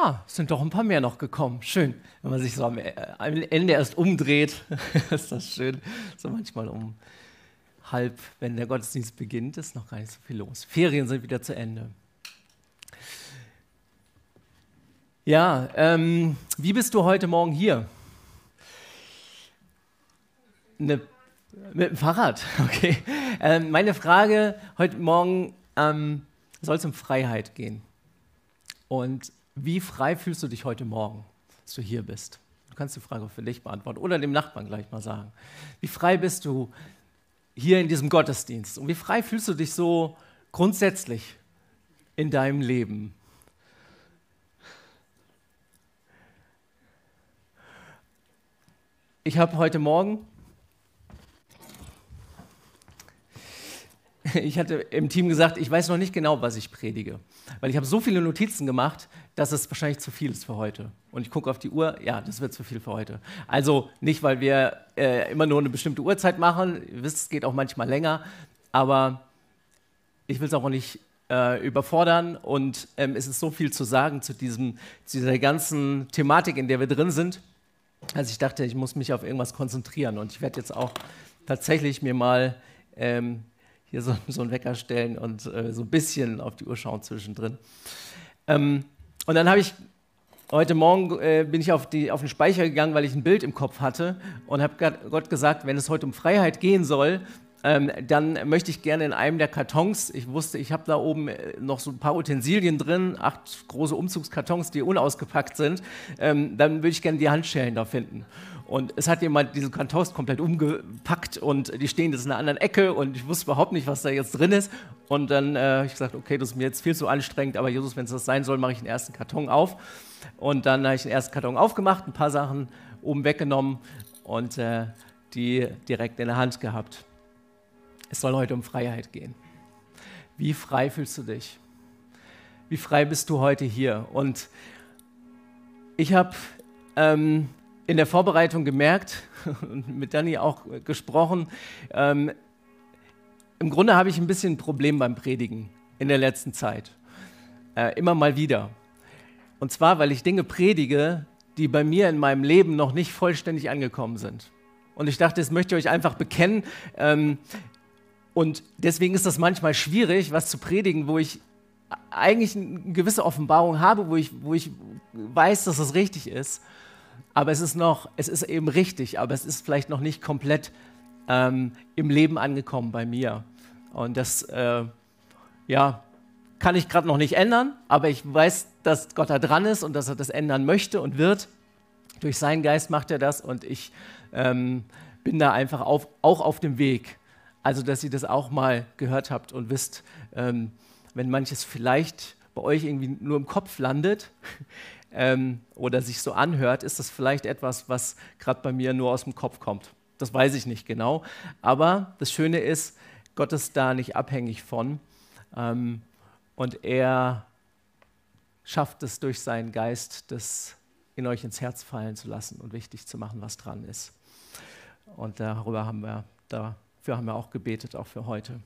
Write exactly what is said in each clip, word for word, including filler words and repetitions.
Ah, es sind doch ein paar mehr noch gekommen. Schön, wenn man sich so am Ende erst umdreht, ist das schön. So manchmal um halb, wenn der Gottesdienst beginnt, ist noch gar nicht so viel los. Ferien sind wieder zu Ende. Ja, ähm, wie bist du heute Morgen hier? Ne, mit dem Fahrrad, okay. Ähm, meine Frage heute Morgen, ähm, soll es um Freiheit gehen. Und wie frei fühlst du dich heute Morgen, dass du hier bist? Du kannst die Frage für dich beantworten oder dem Nachbarn gleich mal sagen. Wie frei bist du hier in diesem Gottesdienst? Und wie frei fühlst du dich so grundsätzlich in deinem Leben? Ich habe heute Morgen, ich hatte im Team gesagt, ich weiß noch nicht genau, was ich predige, weil ich habe so viele Notizen gemacht, dass es wahrscheinlich zu viel ist für heute. Und ich gucke auf die Uhr, ja, das wird zu viel für heute. Also nicht, weil wir äh, immer nur eine bestimmte Uhrzeit machen, ihr wisst, es geht auch manchmal länger, aber ich will es auch nicht äh, überfordern und ähm, es ist so viel zu sagen zu, diesem, zu dieser ganzen Thematik, in der wir drin sind. Also ich dachte, ich muss mich auf irgendwas konzentrieren und ich werde jetzt auch tatsächlich mir mal ähm, hier so, so einen Wecker stellen und äh, so ein bisschen auf die Uhr schauen zwischendrin. Ähm, und dann habe ich, heute Morgen äh, bin ich auf, die, auf den Speicher gegangen, weil ich ein Bild im Kopf hatte und habe Gott gesagt, wenn es heute um Freiheit gehen soll, ähm, dann möchte ich gerne in einem der Kartons, ich wusste, ich habe da oben noch so ein paar Utensilien drin, acht große Umzugskartons, die unausgepackt sind, ähm, dann würde ich gerne die Handschellen da finden. Und es hat jemand diese Kartons komplett umgepackt und die stehen jetzt in einer anderen Ecke und ich wusste überhaupt nicht, was da jetzt drin ist. Und dann äh, habe ich gesagt, okay, das ist mir jetzt viel zu anstrengend, aber Jesus, wenn es das sein soll, mache ich den ersten Karton auf. Und dann habe ich den ersten Karton aufgemacht, ein paar Sachen oben weggenommen und äh, die direkt in der Hand gehabt. Es soll heute um Freiheit gehen. Wie frei fühlst du dich? Wie frei bist du heute hier? Und ich habe ähm, in der Vorbereitung gemerkt und mit Dani auch gesprochen, ähm, im Grunde habe ich ein bisschen ein Problem beim Predigen in der letzten Zeit. Äh, immer mal wieder. Und zwar, weil ich Dinge predige, die bei mir in meinem Leben noch nicht vollständig angekommen sind. Und ich dachte, das möchte ich euch einfach bekennen. Ähm, und deswegen ist das manchmal schwierig, was zu predigen, wo ich eigentlich eine gewisse Offenbarung habe, wo ich, wo ich weiß, dass es richtig ist. Aber es ist noch, es ist eben richtig, aber es ist vielleicht noch nicht komplett ähm, im Leben angekommen bei mir. Und das, äh, ja, kann ich gerade noch nicht ändern, aber ich weiß, dass Gott da dran ist und dass er das ändern möchte und wird. Durch seinen Geist macht er das und ich ähm, bin da einfach auf, auch auf dem Weg. Also, dass ihr das auch mal gehört habt und wisst, ähm, wenn manches vielleicht bei euch irgendwie nur im Kopf landet ähm, oder sich so anhört, ist das vielleicht etwas, was gerade bei mir nur aus dem Kopf kommt. Das weiß ich nicht genau. Aber das Schöne ist, Gott ist da nicht abhängig von. Ähm, und er schafft es durch seinen Geist, das in euch ins Herz fallen zu lassen und wichtig zu machen, was dran ist. Und darüber haben wir, dafür haben wir auch gebetet, auch für heute.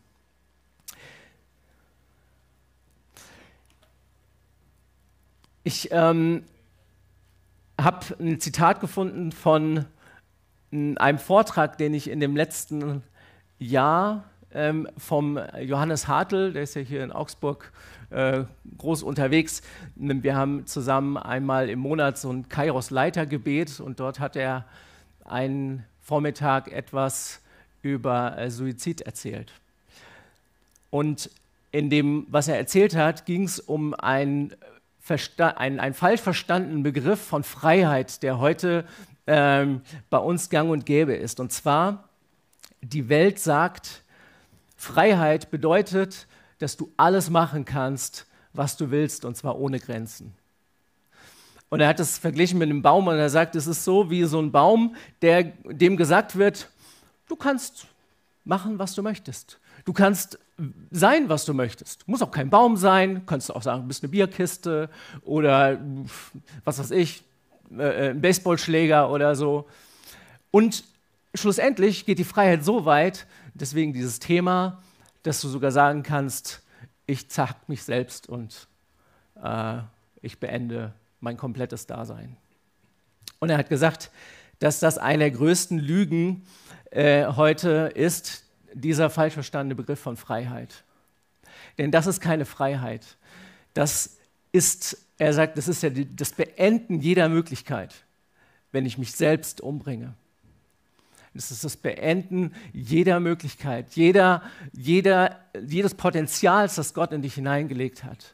Ich ähm, habe ein Zitat gefunden von einem Vortrag, den ich in dem letzten Jahr ähm, vom Johannes Hartl, der ist ja hier in Augsburg äh, groß unterwegs. Wir haben zusammen einmal im Monat so ein Kairos-Leitergebet und dort hat er einen Vormittag etwas über äh, Suizid erzählt. Und in dem, was er erzählt hat, ging es um ein Ein, ein falsch verstandenen Begriff von Freiheit, der heute ähm, bei uns gang und gäbe ist. Und zwar, die Welt sagt, Freiheit bedeutet, dass du alles machen kannst, was du willst, und zwar ohne Grenzen. Und er hat es verglichen mit einem Baum und er sagt, es ist so wie so ein Baum, der, dem gesagt wird, du kannst machen, was du möchtest. Du kannst sein, was du möchtest. Du musst auch kein Baum sein, kannst du auch sagen, du bist eine Bierkiste oder was weiß ich, äh, ein Baseballschläger oder so. Und schlussendlich geht die Freiheit so weit, deswegen dieses Thema, dass du sogar sagen kannst, ich zerhack mich selbst und äh, ich beende mein komplettes Dasein. Und er hat gesagt, dass das eine der größten Lügen äh, heute ist, dieser falsch verstandene Begriff von Freiheit. Denn das ist keine Freiheit. Das ist, er sagt, das ist ja die, das Beenden jeder Möglichkeit, wenn ich mich selbst umbringe. Das ist das Beenden jeder Möglichkeit, jeder, jeder, jedes Potenzials, das Gott in dich hineingelegt hat.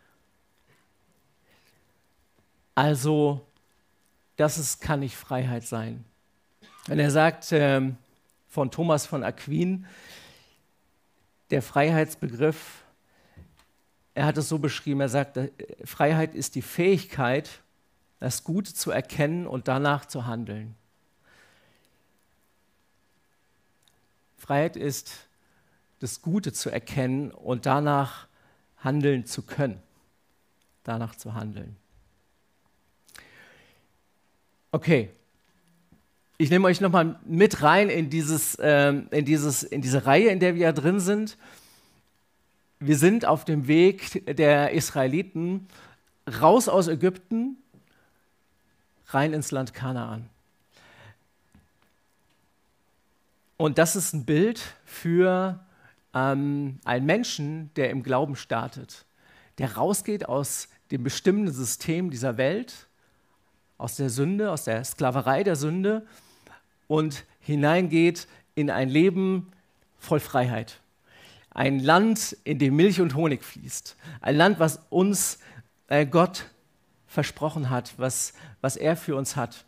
Also, das ist, kann nicht Freiheit sein. Und er sagt äh, von Thomas von Aquin, der Freiheitsbegriff, er hat es so beschrieben, er sagt, Freiheit ist die Fähigkeit, das Gute zu erkennen und danach zu handeln. Freiheit ist, das Gute zu erkennen und danach handeln zu können. Danach zu handeln. Okay, ich nehme euch nochmal mit rein in, dieses, ähm, in, dieses, in diese Reihe, in der wir ja drin sind. Wir sind auf dem Weg der Israeliten raus aus Ägypten, rein ins Land Kanaan. Und das ist ein Bild für ähm, einen Menschen, der im Glauben startet, der rausgeht aus dem bestimmenden System dieser Welt, aus der Sünde, aus der Sklaverei der Sünde und hineingeht in ein Leben voll Freiheit. Ein Land, in dem Milch und Honig fließt. Ein Land, was uns äh, Gott versprochen hat, was, was er für uns hat.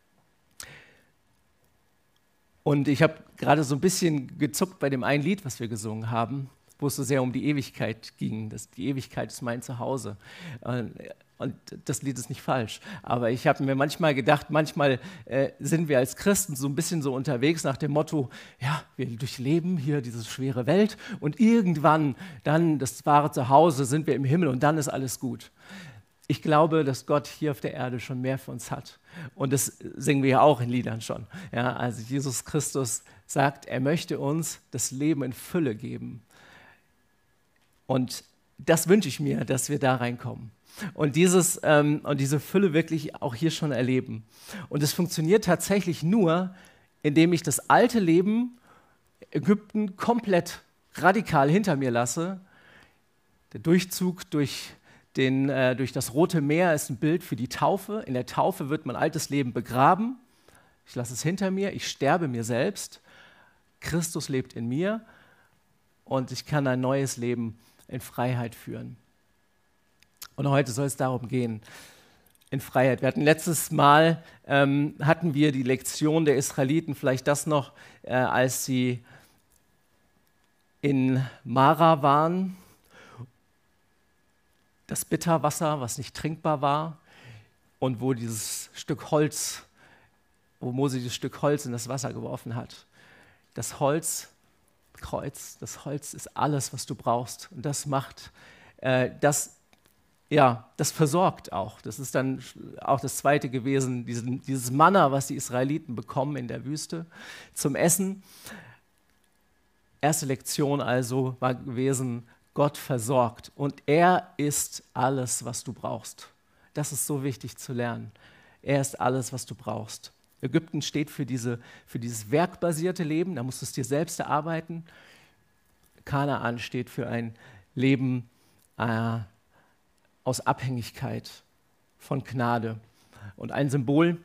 Und ich habe gerade so ein bisschen gezuckt bei dem einen Lied, was wir gesungen haben, wo es so sehr um die Ewigkeit ging. Das, die Ewigkeit ist mein Zuhause. Und das Lied ist nicht falsch. Aber ich habe mir manchmal gedacht, manchmal äh, sind wir als Christen so ein bisschen so unterwegs nach dem Motto, ja, wir durchleben hier diese schwere Welt und irgendwann dann das wahre Zuhause sind wir im Himmel und dann ist alles gut. Ich glaube, dass Gott hier auf der Erde schon mehr für uns hat. Und das singen wir ja auch in Liedern schon. Ja, also Jesus Christus sagt, er möchte uns das Leben in Fülle geben. Und das wünsche ich mir, dass wir da reinkommen. Und, dieses, ähm, und diese Fülle wirklich auch hier schon erleben. Und es funktioniert tatsächlich nur, indem ich das alte Leben, Ägypten, komplett radikal hinter mir lasse. Der Durchzug durch Den, äh, durch das Rote Meer ist ein Bild für die Taufe. In der Taufe wird mein altes Leben begraben. Ich lasse es hinter mir, ich sterbe mir selbst. Christus lebt in mir und ich kann ein neues Leben in Freiheit führen. Und heute soll es darum gehen, in Freiheit. Wir hatten letztes Mal, ähm, hatten wir die Lektion der Israeliten, vielleicht das noch, äh, als sie in Mara waren, das Bitterwasser, was nicht trinkbar war und wo dieses Stück Holz, wo Mose dieses Stück Holz in das Wasser geworfen hat. Das Holz, Kreuz, das Holz ist alles, was du brauchst und das macht, äh, das, ja, das versorgt auch. Das ist dann auch das Zweite gewesen, diesen, dieses Manna, was die Israeliten bekommen in der Wüste zum Essen. Erste Lektion also war gewesen, Gott versorgt und er ist alles, was du brauchst. Das ist so wichtig zu lernen. Er ist alles, was du brauchst. Ägypten steht für, diese, für dieses werkbasierte Leben, da musst du es dir selbst erarbeiten. Kanaan steht für ein Leben äh, aus Abhängigkeit von Gnade. Und ein Symbol,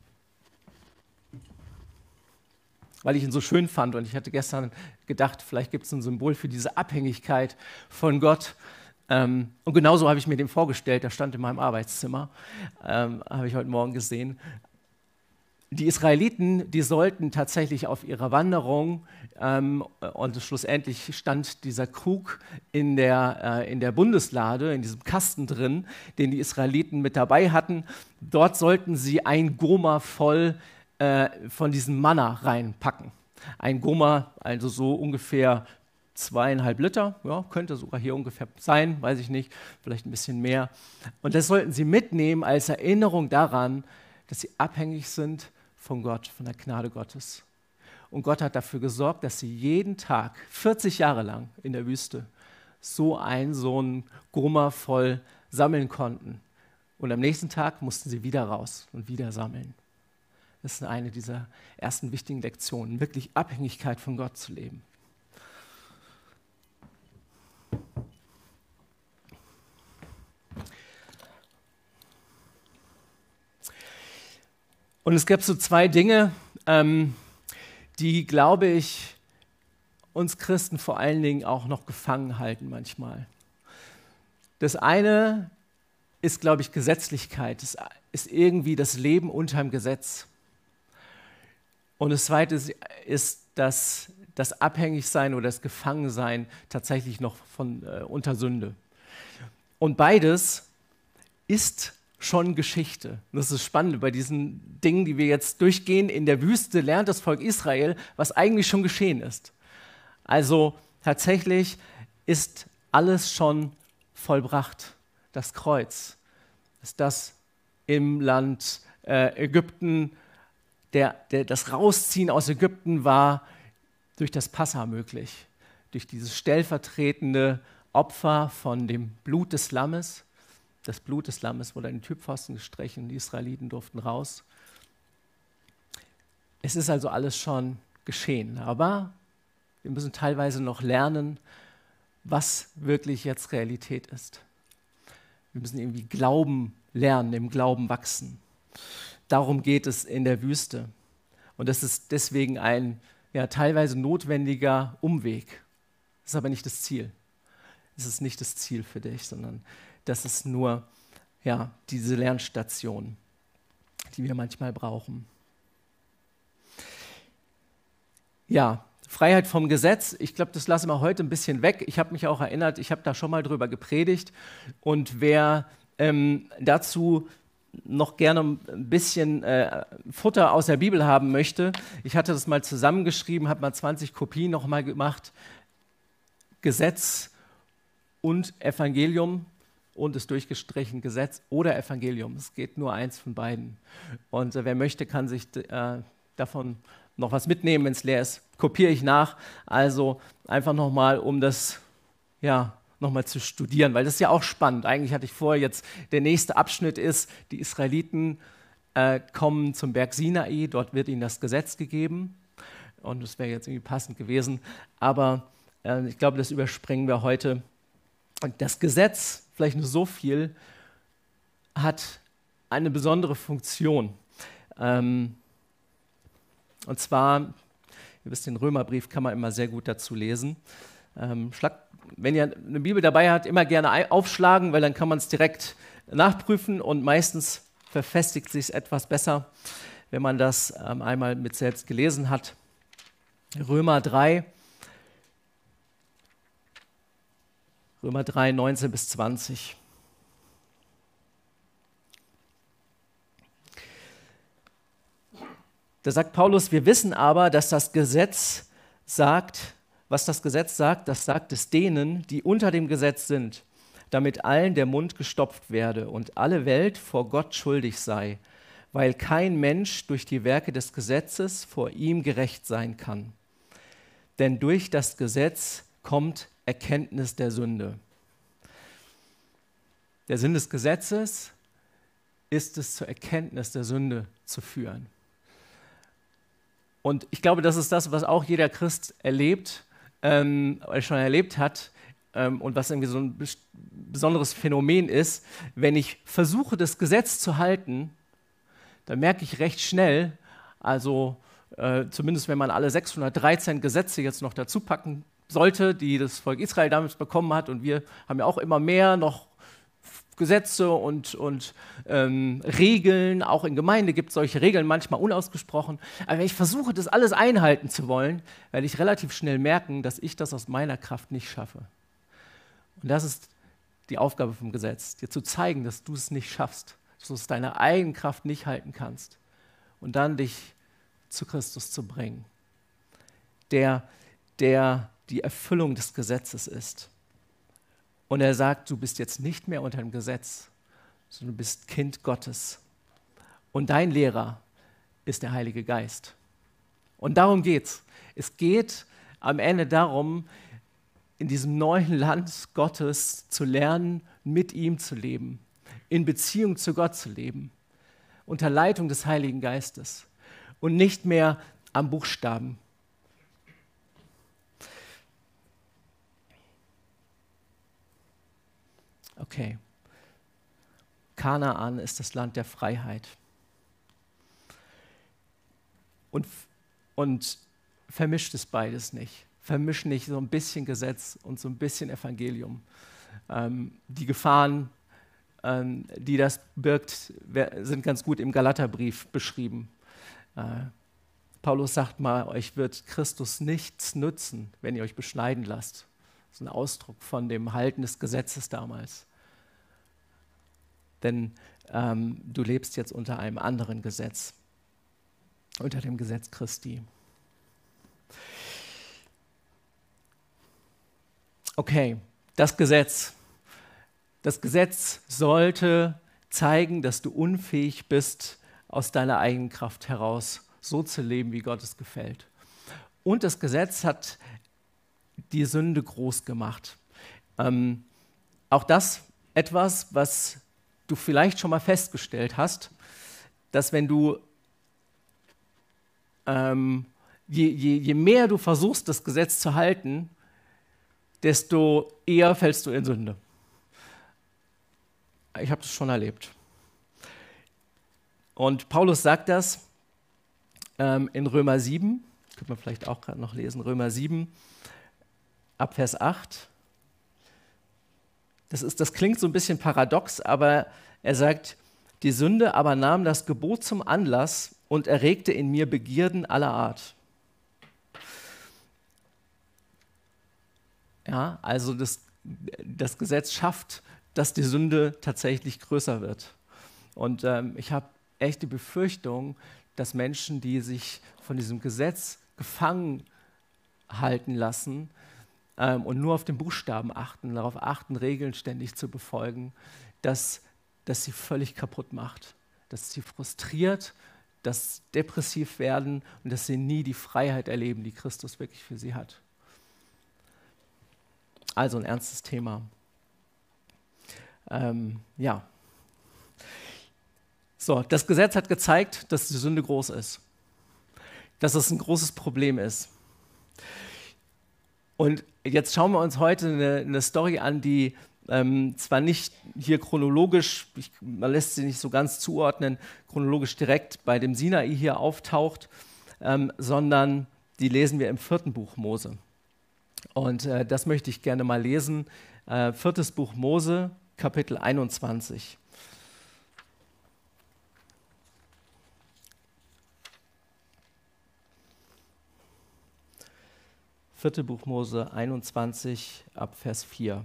weil ich ihn so schön fand und ich hatte gestern gedacht, vielleicht gibt es ein Symbol für diese Abhängigkeit von Gott. Ähm, und genauso habe ich mir den vorgestellt, der stand in meinem Arbeitszimmer, ähm, habe ich heute Morgen gesehen. Die Israeliten, die sollten tatsächlich auf ihrer Wanderung, ähm, und schlussendlich stand dieser Krug in der, äh, in der Bundeslade, in diesem Kasten drin, den die Israeliten mit dabei hatten. Dort sollten sie ein Goma voll von diesem Manna reinpacken. Ein Goma, also so ungefähr zweieinhalb Liter, ja, könnte sogar hier ungefähr sein, weiß ich nicht, vielleicht ein bisschen mehr. Und das sollten sie mitnehmen als Erinnerung daran, dass sie abhängig sind von Gott, von der Gnade Gottes. Und Gott hat dafür gesorgt, dass sie jeden Tag, vierzig Jahre lang in der Wüste, so ein, so ein Goma voll sammeln konnten. Und am nächsten Tag mussten sie wieder raus und wieder sammeln. Das ist eine dieser ersten wichtigen Lektionen, wirklich Abhängigkeit von Gott zu leben. Und es gibt so zwei Dinge, ähm, die, glaube ich, uns Christen vor allen Dingen auch noch gefangen halten manchmal. Das eine ist, glaube ich, Gesetzlichkeit. Das ist irgendwie das Leben unter dem Gesetz. Und das zweite ist, ist das, das Abhängigsein oder das Gefangensein tatsächlich noch von, äh, unter Sünde. Und beides ist schon Geschichte. Und das ist spannend bei diesen Dingen, die wir jetzt durchgehen. In der Wüste lernt das Volk Israel, was eigentlich schon geschehen ist. Also tatsächlich ist alles schon vollbracht. Das Kreuz ist das im Land äh, Ägypten. Der, der, das Rausziehen aus Ägypten war durch das Passa möglich. Durch dieses stellvertretende Opfer von dem Blut des Lammes. Das Blut des Lammes wurde an den Türpfosten gestrichen, die Israeliten durften raus. Es ist also alles schon geschehen, aber wir müssen teilweise noch lernen, was wirklich jetzt Realität ist. Wir müssen irgendwie Glauben lernen, im Glauben wachsen. Darum geht es in der Wüste. Und das ist deswegen ein ja, teilweise notwendiger Umweg. Das ist aber nicht das Ziel. Es ist nicht das Ziel für dich, sondern das ist nur ja, diese Lernstation, die wir manchmal brauchen. Ja, Freiheit vom Gesetz, ich glaube, das lassen wir heute ein bisschen weg. Ich habe mich auch erinnert, ich habe da schon mal drüber gepredigt. Und wer ähm, dazu noch gerne ein bisschen äh, Futter aus der Bibel haben möchte, ich hatte das mal zusammengeschrieben, habe mal zwanzig Kopien noch mal gemacht. Gesetz und Evangelium. Und ist durchgestrichen Gesetz oder Evangelium. Es geht nur eins von beiden. Und äh, wer möchte, kann sich äh, davon noch was mitnehmen, wenn es leer ist. Kopiere ich nach. Also einfach nochmal, um das ja, nochmal zu studieren, weil das ist ja auch spannend. Eigentlich hatte ich vor, jetzt der nächste Abschnitt ist, die Israeliten äh, kommen zum Berg Sinai, dort wird ihnen das Gesetz gegeben. Und das wäre jetzt irgendwie passend gewesen. Aber äh, ich glaube, das überspringen wir heute. Und das Gesetz, vielleicht nur so viel, hat eine besondere Funktion. Ähm, und zwar, ihr wisst, den Römerbrief kann man immer sehr gut dazu lesen. Ähm, schlag, wenn ihr eine Bibel dabei habt, immer gerne aufschlagen, weil dann kann man es direkt nachprüfen und meistens verfestigt sich es etwas besser, wenn man das ähm, einmal mit selbst gelesen hat. Römer drei. Römer drei, neunzehn bis zwanzig. Da sagt Paulus, wir wissen aber, dass das Gesetz sagt, was das Gesetz sagt, das sagt es denen, die unter dem Gesetz sind, damit allen der Mund gestopft werde und alle Welt vor Gott schuldig sei, weil kein Mensch durch die Werke des Gesetzes vor ihm gerecht sein kann. Denn durch das Gesetz kommt Erkenntnis der Sünde. Der Sinn des Gesetzes ist es, zur Erkenntnis der Sünde zu führen. Und ich glaube, das ist das, was auch jeder Christ erlebt, ähm, oder schon erlebt hat, ähm, und was irgendwie so ein besonderes Phänomen ist. Wenn ich versuche, das Gesetz zu halten, dann merke ich recht schnell, also äh, zumindest wenn man alle sechshundertdreizehn Gesetze jetzt noch dazu packen sollte, die das Volk Israel damals bekommen hat, und wir haben ja auch immer mehr noch Gesetze und, und ähm, Regeln, auch in Gemeinde gibt es solche Regeln, manchmal unausgesprochen. Aber wenn ich versuche, das alles einhalten zu wollen, werde ich relativ schnell merken, dass ich das aus meiner Kraft nicht schaffe. Und das ist die Aufgabe vom Gesetz, dir zu zeigen, dass du es nicht schaffst, dass du es deiner eigenen Kraft nicht halten kannst und dann dich zu Christus zu bringen, der, der die Erfüllung des Gesetzes ist. Und er sagt, du bist jetzt nicht mehr unter dem Gesetz, sondern du bist Kind Gottes. Und dein Lehrer ist der Heilige Geist. Und darum geht's. Es geht am Ende darum, in diesem neuen Land Gottes zu lernen, mit ihm zu leben. in Beziehung zu Gott zu leben, unter Leitung des Heiligen Geistes und nicht mehr am Buchstaben. Okay. Kanaan ist das Land der Freiheit. Und, und vermischt es beides nicht. Vermisch nicht so ein bisschen Gesetz und so ein bisschen Evangelium. Ähm, die Gefahren, ähm, die das birgt, sind ganz gut im Galaterbrief beschrieben. Äh, Paulus sagt mal, euch wird Christus nichts nützen, wenn ihr euch beschneiden lasst. Das ist ein Ausdruck von dem Halten des Gesetzes damals. Denn ähm, du lebst jetzt unter einem anderen Gesetz, unter dem Gesetz Christi. Okay, das Gesetz. Das Gesetz sollte zeigen, dass du unfähig bist, aus deiner eigenen Kraft heraus so zu leben, wie Gott es gefällt. Und das Gesetz hat die Sünde groß gemacht. Ähm, auch das etwas, was du vielleicht schon mal festgestellt hast, dass wenn du, ähm, je, je, je mehr du versuchst, das Gesetz zu halten, desto eher fällst du in Sünde. Ich habe das schon erlebt. Und Paulus sagt das ähm, in Römer sieben, könnte man vielleicht auch gerade noch lesen, Römer sieben, ab Vers acht. Das, ist, das klingt so ein bisschen paradox, aber er sagt, die Sünde aber nahm das Gebot zum Anlass und erregte in mir Begierden aller Art. Ja, also das, das Gesetz schafft, dass die Sünde tatsächlich größer wird. Und ähm, ich habe echt die Befürchtung, dass Menschen, die sich von diesem Gesetz gefangen halten lassen, und nur auf den Buchstaben achten, darauf achten, Regeln ständig zu befolgen, dass, dass sie völlig kaputt macht, dass sie frustriert, dass sie depressiv werden und dass sie nie die Freiheit erleben, die Christus wirklich für sie hat. Also ein ernstes Thema. Ähm, ja. So, das Gesetz hat gezeigt, dass die Sünde groß ist, dass es ein großes Problem ist. Und jetzt schauen wir uns heute eine, eine Story an, die ähm, zwar nicht hier chronologisch, ich, man lässt sie nicht so ganz zuordnen, chronologisch direkt bei dem Sinai hier auftaucht, ähm, sondern die lesen wir im vierten Buch Mose. Und äh, das möchte ich gerne mal lesen. Äh, viertes Buch Mose, Kapitel einundzwanzig. Vierte Buch Mose einundzwanzig, ab Vers vier.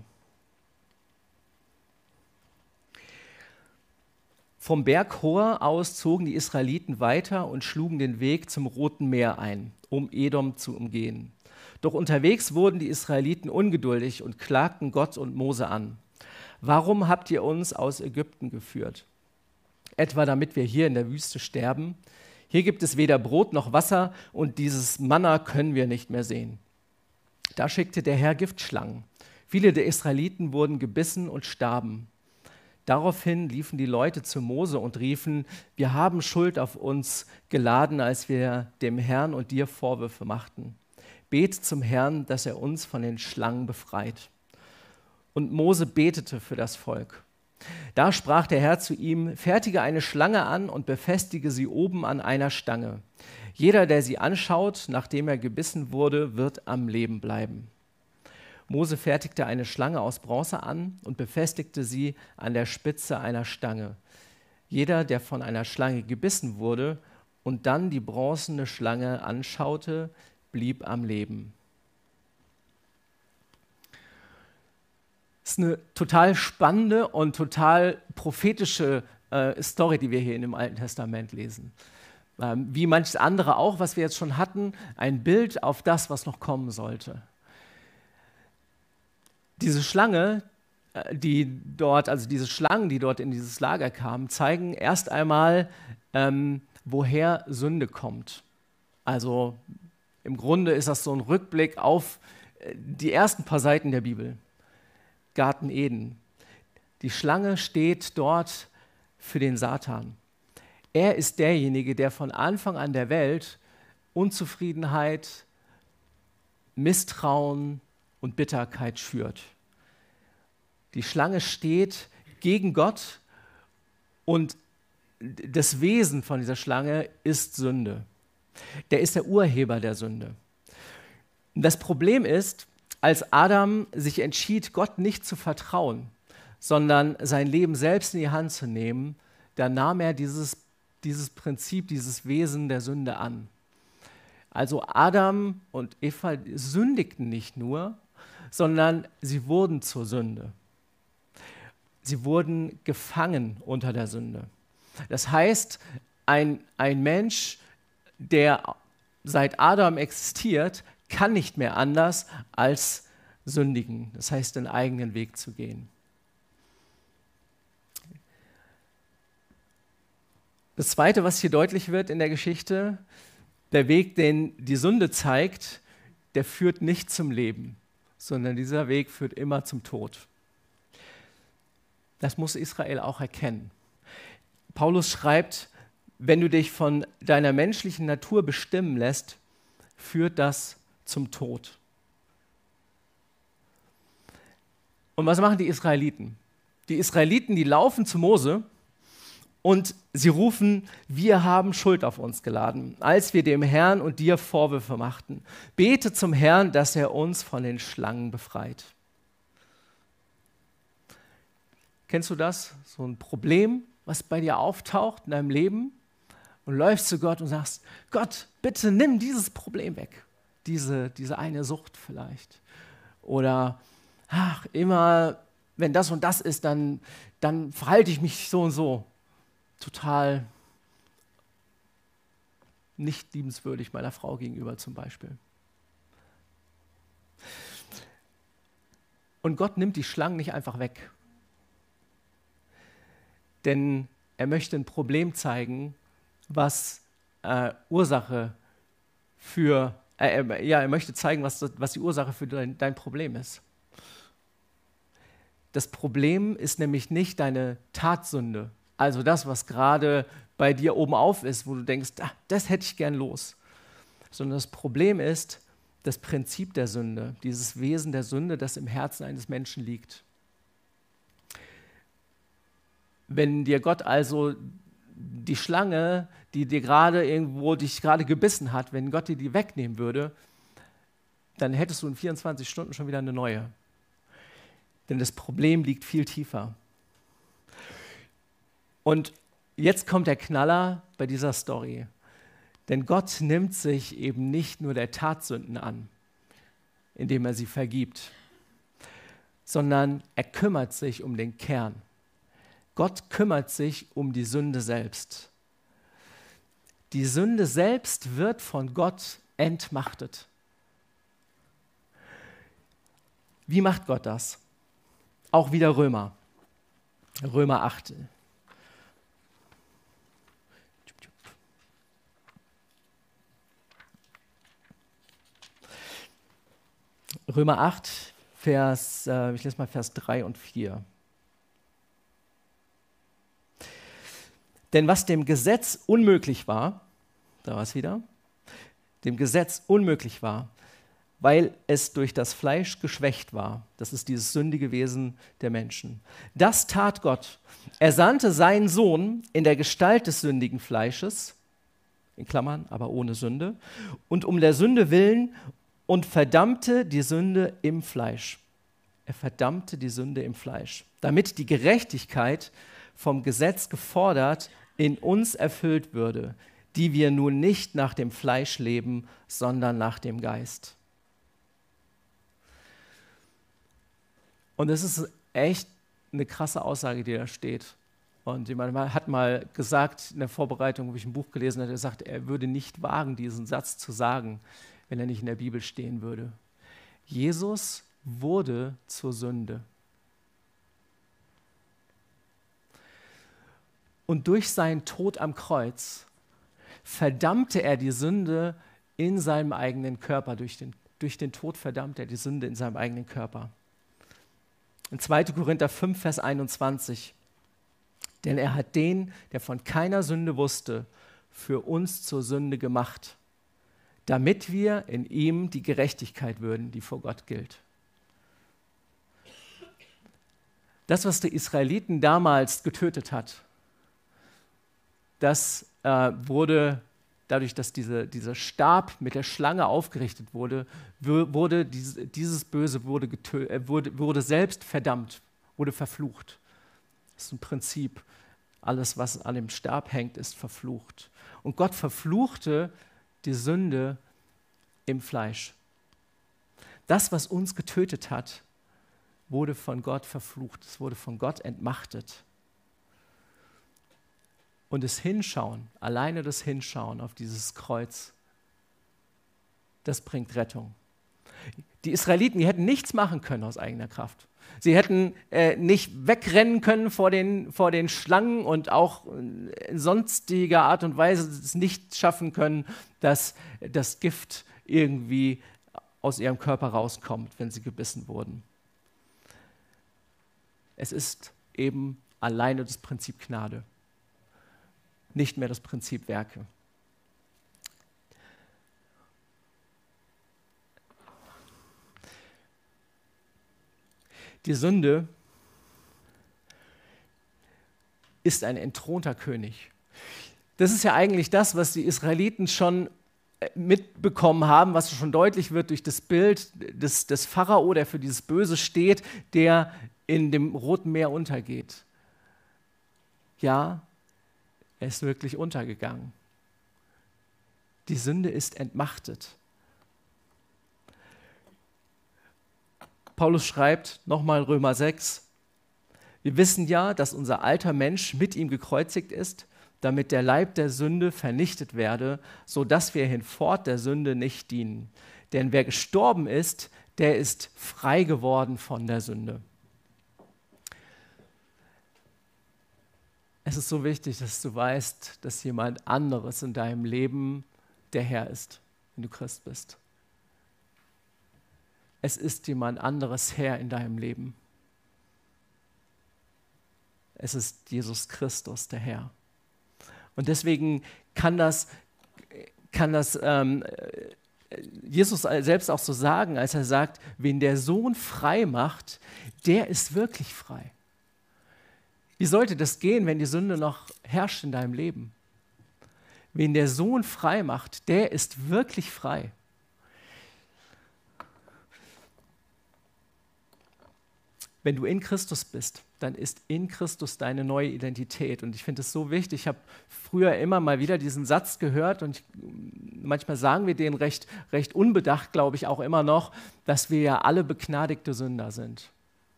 Vom Berg Hor aus zogen die Israeliten weiter und schlugen den Weg zum Roten Meer ein, um Edom zu umgehen. Doch unterwegs wurden die Israeliten ungeduldig und klagten Gott und Mose an. Warum habt ihr uns aus Ägypten geführt? Etwa damit wir hier in der Wüste sterben? Hier gibt es weder Brot noch Wasser und dieses Manna können wir nicht mehr sehen. Da schickte der Herr Giftschlangen. Viele der Israeliten wurden gebissen und starben. Daraufhin liefen die Leute zu Mose und riefen, wir haben Schuld auf uns geladen, als wir dem Herrn und dir Vorwürfe machten. Bet zum Herrn, dass er uns von den Schlangen befreit. Und Mose betete für das Volk. Da sprach der Herr zu ihm, fertige eine Schlange an und befestige sie oben an einer Stange. Jeder, der sie anschaut, nachdem er gebissen wurde, wird am Leben bleiben. Mose fertigte eine Schlange aus Bronze an und befestigte sie an der Spitze einer Stange. Jeder, der von einer Schlange gebissen wurde und dann die bronzene Schlange anschaute, blieb am Leben. Das ist eine total spannende und total prophetische äh, Story, die wir hier in dem Alten Testament lesen. Ähm, wie manches andere auch, was wir jetzt schon hatten, ein Bild auf das, was noch kommen sollte. Diese Schlange, äh, die dort, also diese Schlangen, die dort in dieses Lager kamen, zeigen erst einmal, ähm, woher Sünde kommt. Also im Grunde ist das so ein Rückblick auf äh, die ersten paar Seiten der Bibel. Garten Eden. Die Schlange steht dort für den Satan. Er ist derjenige, der von Anfang an der Welt Unzufriedenheit, Misstrauen und Bitterkeit schürt. Die Schlange steht gegen Gott und das Wesen von dieser Schlange ist Sünde. Der ist der Urheber der Sünde. Das Problem ist, als Adam sich entschied, Gott nicht zu vertrauen, sondern sein Leben selbst in die Hand zu nehmen, da nahm er dieses, dieses Prinzip, dieses Wesen der Sünde an. Also Adam und Eva sündigten nicht nur, sondern sie wurden zur Sünde. Sie wurden gefangen unter der Sünde. Das heißt, ein, ein Mensch, der seit Adam existiert, kann nicht mehr anders als sündigen. Das heißt, den eigenen Weg zu gehen. Das Zweite, was hier deutlich wird in der Geschichte, der Weg, den die Sünde zeigt, der führt nicht zum Leben, sondern dieser Weg führt immer zum Tod. Das muss Israel auch erkennen. Paulus schreibt, wenn du dich von deiner menschlichen Natur bestimmen lässt, führt das zum Tod. Und was machen die Israeliten? Die Israeliten, die laufen zu Mose und sie rufen, wir haben Schuld auf uns geladen, als wir dem Herrn und dir Vorwürfe machten. Bete zum Herrn, dass er uns von den Schlangen befreit. Kennst du das? So ein Problem, was bei dir auftaucht in deinem Leben und läufst zu Gott und sagst, Gott, bitte nimm dieses Problem weg. Diese, diese eine Sucht vielleicht. Oder, ach, immer, wenn das und das ist, dann, dann verhalte ich mich so und so. Total nicht liebenswürdig meiner Frau gegenüber zum Beispiel. Und Gott nimmt die Schlangen nicht einfach weg. Denn er möchte ein Problem zeigen, was äh, Ursache für, äh, ja, er möchte zeigen, was, was die Ursache für dein, dein Problem ist. Das Problem ist nämlich nicht deine Tatsünde, also das, was gerade bei dir oben auf ist, wo du denkst, ah, das hätte ich gern los. Sondern das Problem ist das Prinzip der Sünde, dieses Wesen der Sünde, das im Herzen eines Menschen liegt. Wenn dir Gott also die Schlange, die dir gerade irgendwo dich gerade gebissen hat, wenn Gott dir die wegnehmen würde, dann hättest du in vierundzwanzig Stunden schon wieder eine neue. Denn das Problem liegt viel tiefer. Und jetzt kommt der Knaller bei dieser Story. Denn Gott nimmt sich eben nicht nur der Tatsünden an, indem er sie vergibt, sondern er kümmert sich um den Kern. Gott kümmert sich um die Sünde selbst. Die Sünde selbst wird von Gott entmachtet. Wie macht Gott das? Auch wieder Römer. Römer acht. Römer acht, Vers, äh, ich lese mal Vers drei und vier. Denn was dem Gesetz unmöglich war, da war es wieder, dem Gesetz unmöglich war, weil es durch das Fleisch geschwächt war, das ist dieses sündige Wesen der Menschen. Das tat Gott. Er sandte seinen Sohn in der Gestalt des sündigen Fleisches, in Klammern, aber ohne Sünde, und um der Sünde willen und verdammte die Sünde im Fleisch. Er verdammte die Sünde im Fleisch, damit die Gerechtigkeit vom Gesetz gefordert in uns erfüllt würde, die wir nun nicht nach dem Fleisch leben, sondern nach dem Geist. Und es ist echt eine krasse Aussage, die da steht. Und jemand hat mal gesagt, in der Vorbereitung, wo ich ein Buch gelesen hatte, er sagt, er würde nicht wagen, diesen Satz zu sagen, wenn er nicht in der Bibel stehen würde. Jesus wurde zur Sünde. Und durch seinen Tod am Kreuz verdammte er die Sünde in seinem eigenen Körper. Durch den, durch den Tod verdammte er die Sünde in seinem eigenen Körper. In zweiter Korinther fünf, Vers einundzwanzig. Denn er hat den, der von keiner Sünde wusste, für uns zur Sünde gemacht, damit wir in ihm die Gerechtigkeit würden, die vor Gott gilt. Das, was die Israeliten damals getötet hat, das äh, wurde, dadurch, dass diese, dieser Stab mit der Schlange aufgerichtet wurde, wurde dieses, dieses Böse wurde, getö- äh, wurde, wurde selbst verdammt, wurde verflucht. Das ist ein Prinzip. Alles, was an dem Stab hängt, ist verflucht. Und Gott verfluchte die Sünde im Fleisch. Das, was uns getötet hat, wurde von Gott verflucht. Es wurde von Gott entmachtet. Und das Hinschauen, alleine das Hinschauen auf dieses Kreuz, das bringt Rettung. Die Israeliten, die hätten nichts machen können aus eigener Kraft. Sie hätten äh, nicht wegrennen können vor den, vor den Schlangen und auch in sonstiger Art und Weise es nicht schaffen können, dass das Gift irgendwie aus ihrem Körper rauskommt, wenn sie gebissen wurden. Es ist eben alleine das Prinzip Gnade, nicht mehr das Prinzip Werke. Die Sünde ist ein entthronter König. Das ist ja eigentlich das, was die Israeliten schon mitbekommen haben, was schon deutlich wird durch das Bild des, des Pharao, der für dieses Böse steht, der in dem Roten Meer untergeht. Ja, er ist wirklich untergegangen. Die Sünde ist entmachtet. Paulus schreibt nochmal Römer sechs, wir wissen ja, dass unser alter Mensch mit ihm gekreuzigt ist, damit der Leib der Sünde vernichtet werde, sodass wir hinfort der Sünde nicht dienen. Denn wer gestorben ist, der ist frei geworden von der Sünde. Es ist so wichtig, dass du weißt, dass jemand anderes in deinem Leben der Herr ist, wenn du Christ bist. Es ist jemand anderes Herr in deinem Leben. Es ist Jesus Christus, der Herr. Und deswegen kann das, kann das ähm, Jesus selbst auch so sagen, als er sagt, wen der Sohn frei macht, der ist wirklich frei. Wie sollte das gehen, wenn die Sünde noch herrscht in deinem Leben? Wen der Sohn frei macht, der ist wirklich frei. Wenn du in Christus bist, dann ist in Christus deine neue Identität. Und ich finde es so wichtig, ich habe früher immer mal wieder diesen Satz gehört und ich, manchmal sagen wir den recht, recht unbedacht, glaube ich, auch immer noch, dass wir ja alle begnadigte Sünder sind.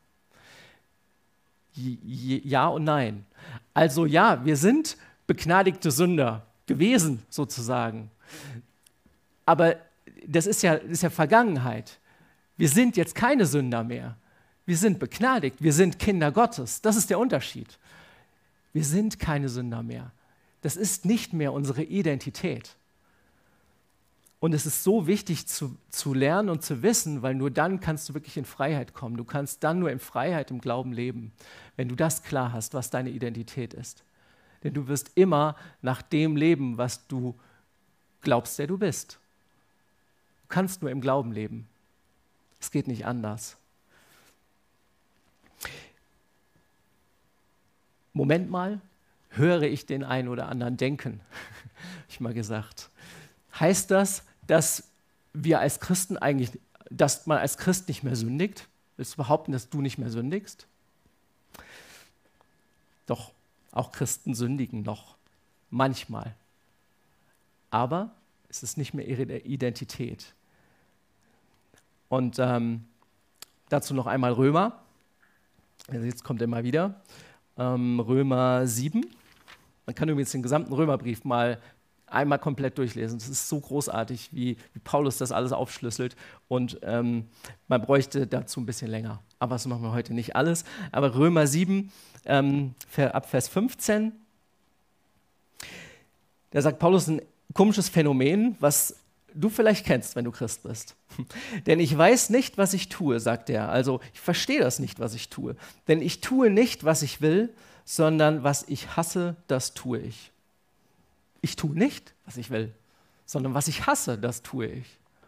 Ja und nein. Also ja, wir sind begnadigte Sünder gewesen, sozusagen. Aber das ist ja, das ist ja Vergangenheit. Wir sind jetzt keine Sünder mehr. Wir sind begnadigt, wir sind Kinder Gottes. Das ist der Unterschied. Wir sind keine Sünder mehr. Das ist nicht mehr unsere Identität. Und es ist so wichtig zu, zu lernen und zu wissen, weil nur dann kannst du wirklich in Freiheit kommen. Du kannst dann nur in Freiheit im Glauben leben, wenn du das klar hast, was deine Identität ist. Denn du wirst immer nach dem leben, was du glaubst, der du bist. Du kannst nur im Glauben leben. Es geht nicht anders. Moment mal, höre ich den einen oder anderen denken, habe ich mal gesagt. Heißt das, dass wir als Christen eigentlich, dass man als Christ nicht mehr sündigt? Willst du behaupten, dass du nicht mehr sündigst? Doch, auch Christen sündigen noch, manchmal. Aber es ist nicht mehr ihre Identität. Und ähm, dazu noch einmal Römer. Also jetzt kommt er mal wieder. Ähm, Römer sieben. Man kann übrigens den gesamten Römerbrief mal einmal komplett durchlesen. Es ist so großartig, wie, wie Paulus das alles aufschlüsselt. Und ähm, man bräuchte dazu ein bisschen länger. Aber das machen wir heute nicht alles. Aber Römer sieben, ähm, ab Vers fünfzehn, da sagt Paulus ein komisches Phänomen, was du vielleicht kennst, wenn du Christ bist. Denn ich weiß nicht, was ich tue, sagt er. Also ich verstehe das nicht, was ich tue. Denn ich tue nicht, was ich will, sondern was ich hasse, das tue ich. Ich tue nicht, was ich will, sondern was ich hasse, das tue ich.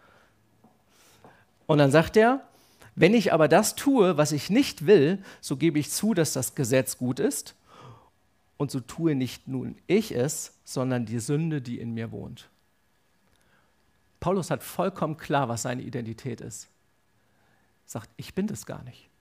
Und dann sagt er, wenn ich aber das tue, was ich nicht will, so gebe ich zu, dass das Gesetz gut ist. Und so tue nicht nun ich es, sondern die Sünde, die in mir wohnt. Paulus hat vollkommen klar, was seine Identität ist. Er sagt, ich bin das gar nicht.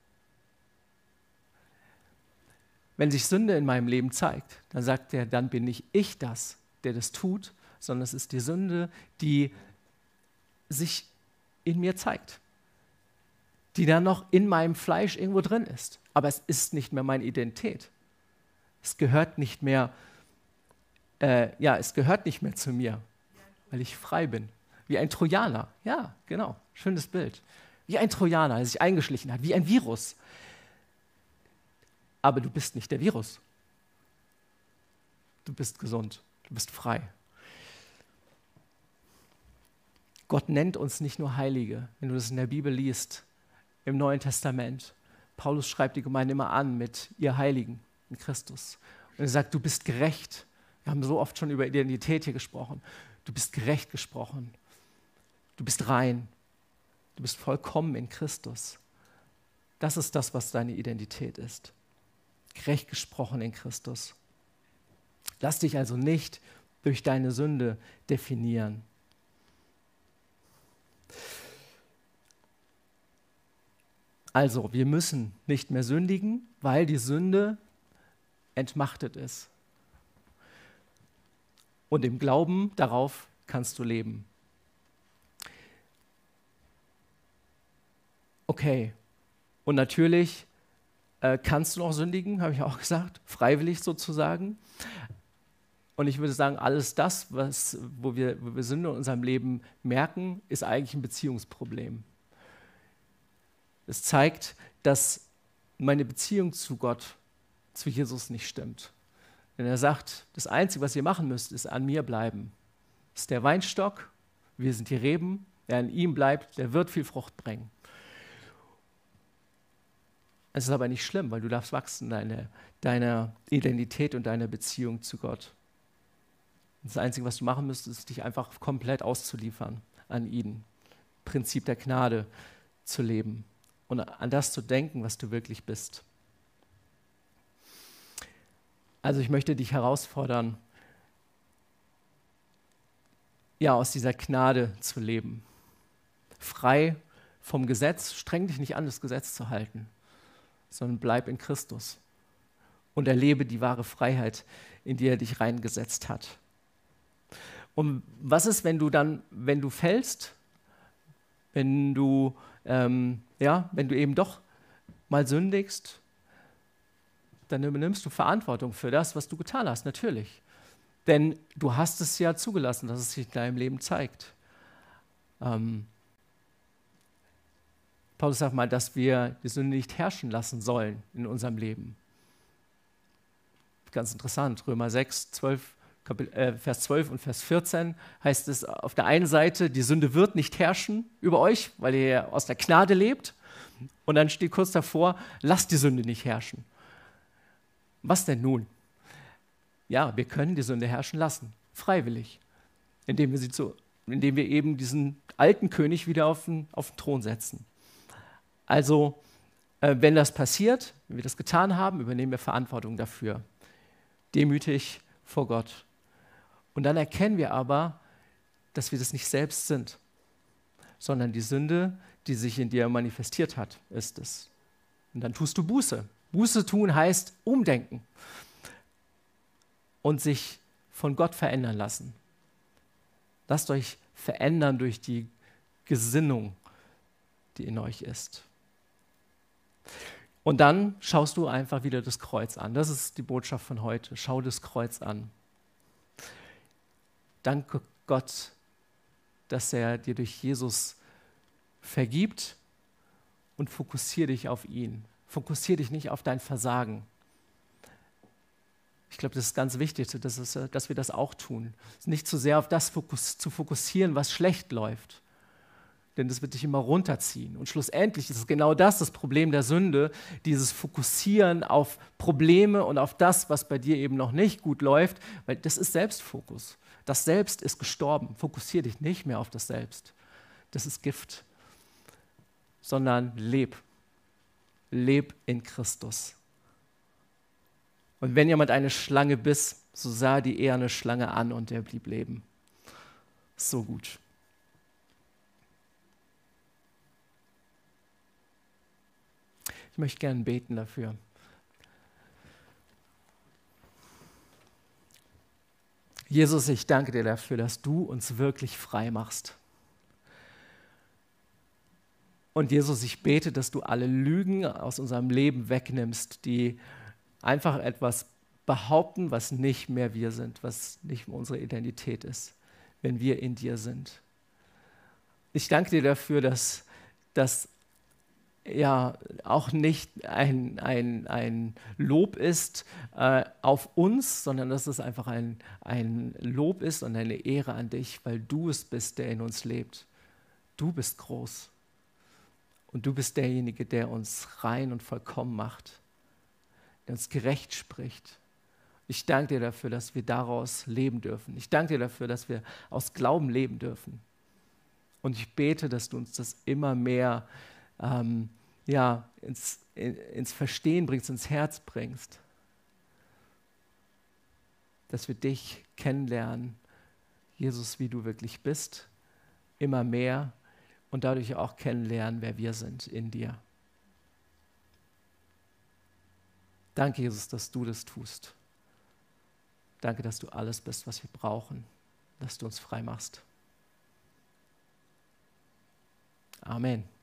Wenn sich Sünde in meinem Leben zeigt, dann sagt er, dann bin nicht ich das, der das tut, sondern es ist die Sünde, die sich in mir zeigt, die dann noch in meinem Fleisch irgendwo drin ist. Aber es ist nicht mehr meine Identität. Es gehört nicht mehr, äh, ja, es gehört nicht mehr zu mir, weil ich frei bin. Wie ein Trojaner. Ja, genau. Schönes Bild. Wie ein Trojaner, der sich eingeschlichen hat, wie ein Virus. Aber du bist nicht der Virus. Du bist gesund. Du bist frei. Gott nennt uns nicht nur Heilige. Wenn du das in der Bibel liest, im Neuen Testament, Paulus schreibt die Gemeinde immer an mit ihr Heiligen in Christus. Und er sagt, du bist gerecht. Wir haben so oft schon über Identität hier gesprochen. Du bist gerecht gesprochen. Du bist rein. Du bist vollkommen in Christus. Das ist das, was deine Identität ist. Gerecht gesprochen in Christus. Lass dich also nicht durch deine Sünde definieren. Also, wir müssen nicht mehr sündigen, weil die Sünde entmachtet ist. Und im Glauben darauf kannst du leben. Okay, und natürlich äh, kannst du noch sündigen, habe ich auch gesagt, freiwillig sozusagen. Und ich würde sagen, alles das, was, wo, wir, wo wir Sünde in unserem Leben merken, ist eigentlich ein Beziehungsproblem. Es zeigt, dass meine Beziehung zu Gott, zu Jesus nicht stimmt. Denn er sagt, das Einzige, was ihr machen müsst, ist an mir bleiben. Das ist der Weinstock, wir sind die Reben, wer an ihm bleibt, der wird viel Frucht bringen. Es ist aber nicht schlimm, weil du darfst wachsen, deine, deine Identität und deine Beziehung zu Gott. Das Einzige, was du machen müsst, ist, dich einfach komplett auszuliefern an ihn. Prinzip der Gnade zu leben und an das zu denken, was du wirklich bist. Also ich möchte dich herausfordern, ja, aus dieser Gnade zu leben. Frei vom Gesetz, streng dich nicht an, das Gesetz zu halten, sondern bleib in Christus und erlebe die wahre Freiheit, in die er dich reingesetzt hat. Und was ist, wenn du dann, wenn du fällst, wenn du, ähm, ja, wenn du eben doch mal sündigst, dann übernimmst du Verantwortung für das, was du getan hast, natürlich. Denn du hast es ja zugelassen, dass es sich in deinem Leben zeigt. Ähm, Paulus sagt mal, dass wir die Sünde nicht herrschen lassen sollen in unserem Leben. Ganz interessant, Römer sechs, zwölf, Kapitel, äh, Vers zwölf und Vers vierzehn heißt es auf der einen Seite, die Sünde wird nicht herrschen über euch, weil ihr aus der Gnade lebt. Und dann steht kurz davor, lasst die Sünde nicht herrschen. Was denn nun? Ja, wir können die Sünde herrschen lassen, freiwillig, indem wir, sie zu, indem wir eben diesen alten König wieder auf den, auf den Thron setzen. Also, äh, wenn das passiert, wenn wir das getan haben, übernehmen wir Verantwortung dafür. Demütig vor Gott. Und dann erkennen wir aber, dass wir das nicht selbst sind, sondern die Sünde, die sich in dir manifestiert hat, ist es. Und dann tust du Buße. Buße tun heißt umdenken und sich von Gott verändern lassen. Lasst euch verändern durch die Gesinnung, die in euch ist. Und dann schaust du einfach wieder das Kreuz an. Das ist die Botschaft von heute. Schau das Kreuz an. Danke Gott, dass er dir durch Jesus vergibt und fokussiere dich auf ihn. Fokussiere dich nicht auf dein Versagen. Ich glaube, das ist ganz wichtig, dass, es, dass wir das auch tun. Nicht zu sehr auf das fokus, zu fokussieren, was schlecht läuft. Denn das wird dich immer runterziehen. Und schlussendlich ist es genau das, das Problem der Sünde, dieses Fokussieren auf Probleme und auf das, was bei dir eben noch nicht gut läuft, weil das ist Selbstfokus. Das Selbst ist gestorben. Fokussiere dich nicht mehr auf das Selbst. Das ist Gift. Sondern leb. Leb in Christus. Und wenn jemand eine Schlange biss, so sah die eher eine Schlange an und er blieb leben. So gut. Ich möchte gerne beten dafür. Jesus, ich danke dir dafür, dass du uns wirklich frei machst. Und Jesus, ich bete, dass du alle Lügen aus unserem Leben wegnimmst, die einfach etwas behaupten, was nicht mehr wir sind, was nicht mehr unsere Identität ist, wenn wir in dir sind. Ich danke dir dafür, dass das ja auch nicht ein, ein, ein Lob ist äh, auf uns, sondern dass es einfach ein, ein Lob ist und eine Ehre an dich, weil du es bist, der in uns lebt. Du bist groß und du bist derjenige, der uns rein und vollkommen macht, der uns gerecht spricht. Ich danke dir dafür, dass wir daraus leben dürfen. Ich danke dir dafür, dass wir aus Glauben leben dürfen. Und ich bete, dass du uns das immer mehr ähm, ja, ins, in, ins Verstehen bringst, ins Herz bringst. Dass wir dich kennenlernen, Jesus, wie du wirklich bist, immer mehr und dadurch auch kennenlernen, wer wir sind in dir. Danke, Jesus, dass du das tust. Danke, dass du alles bist, was wir brauchen, dass du uns frei machst. Amen.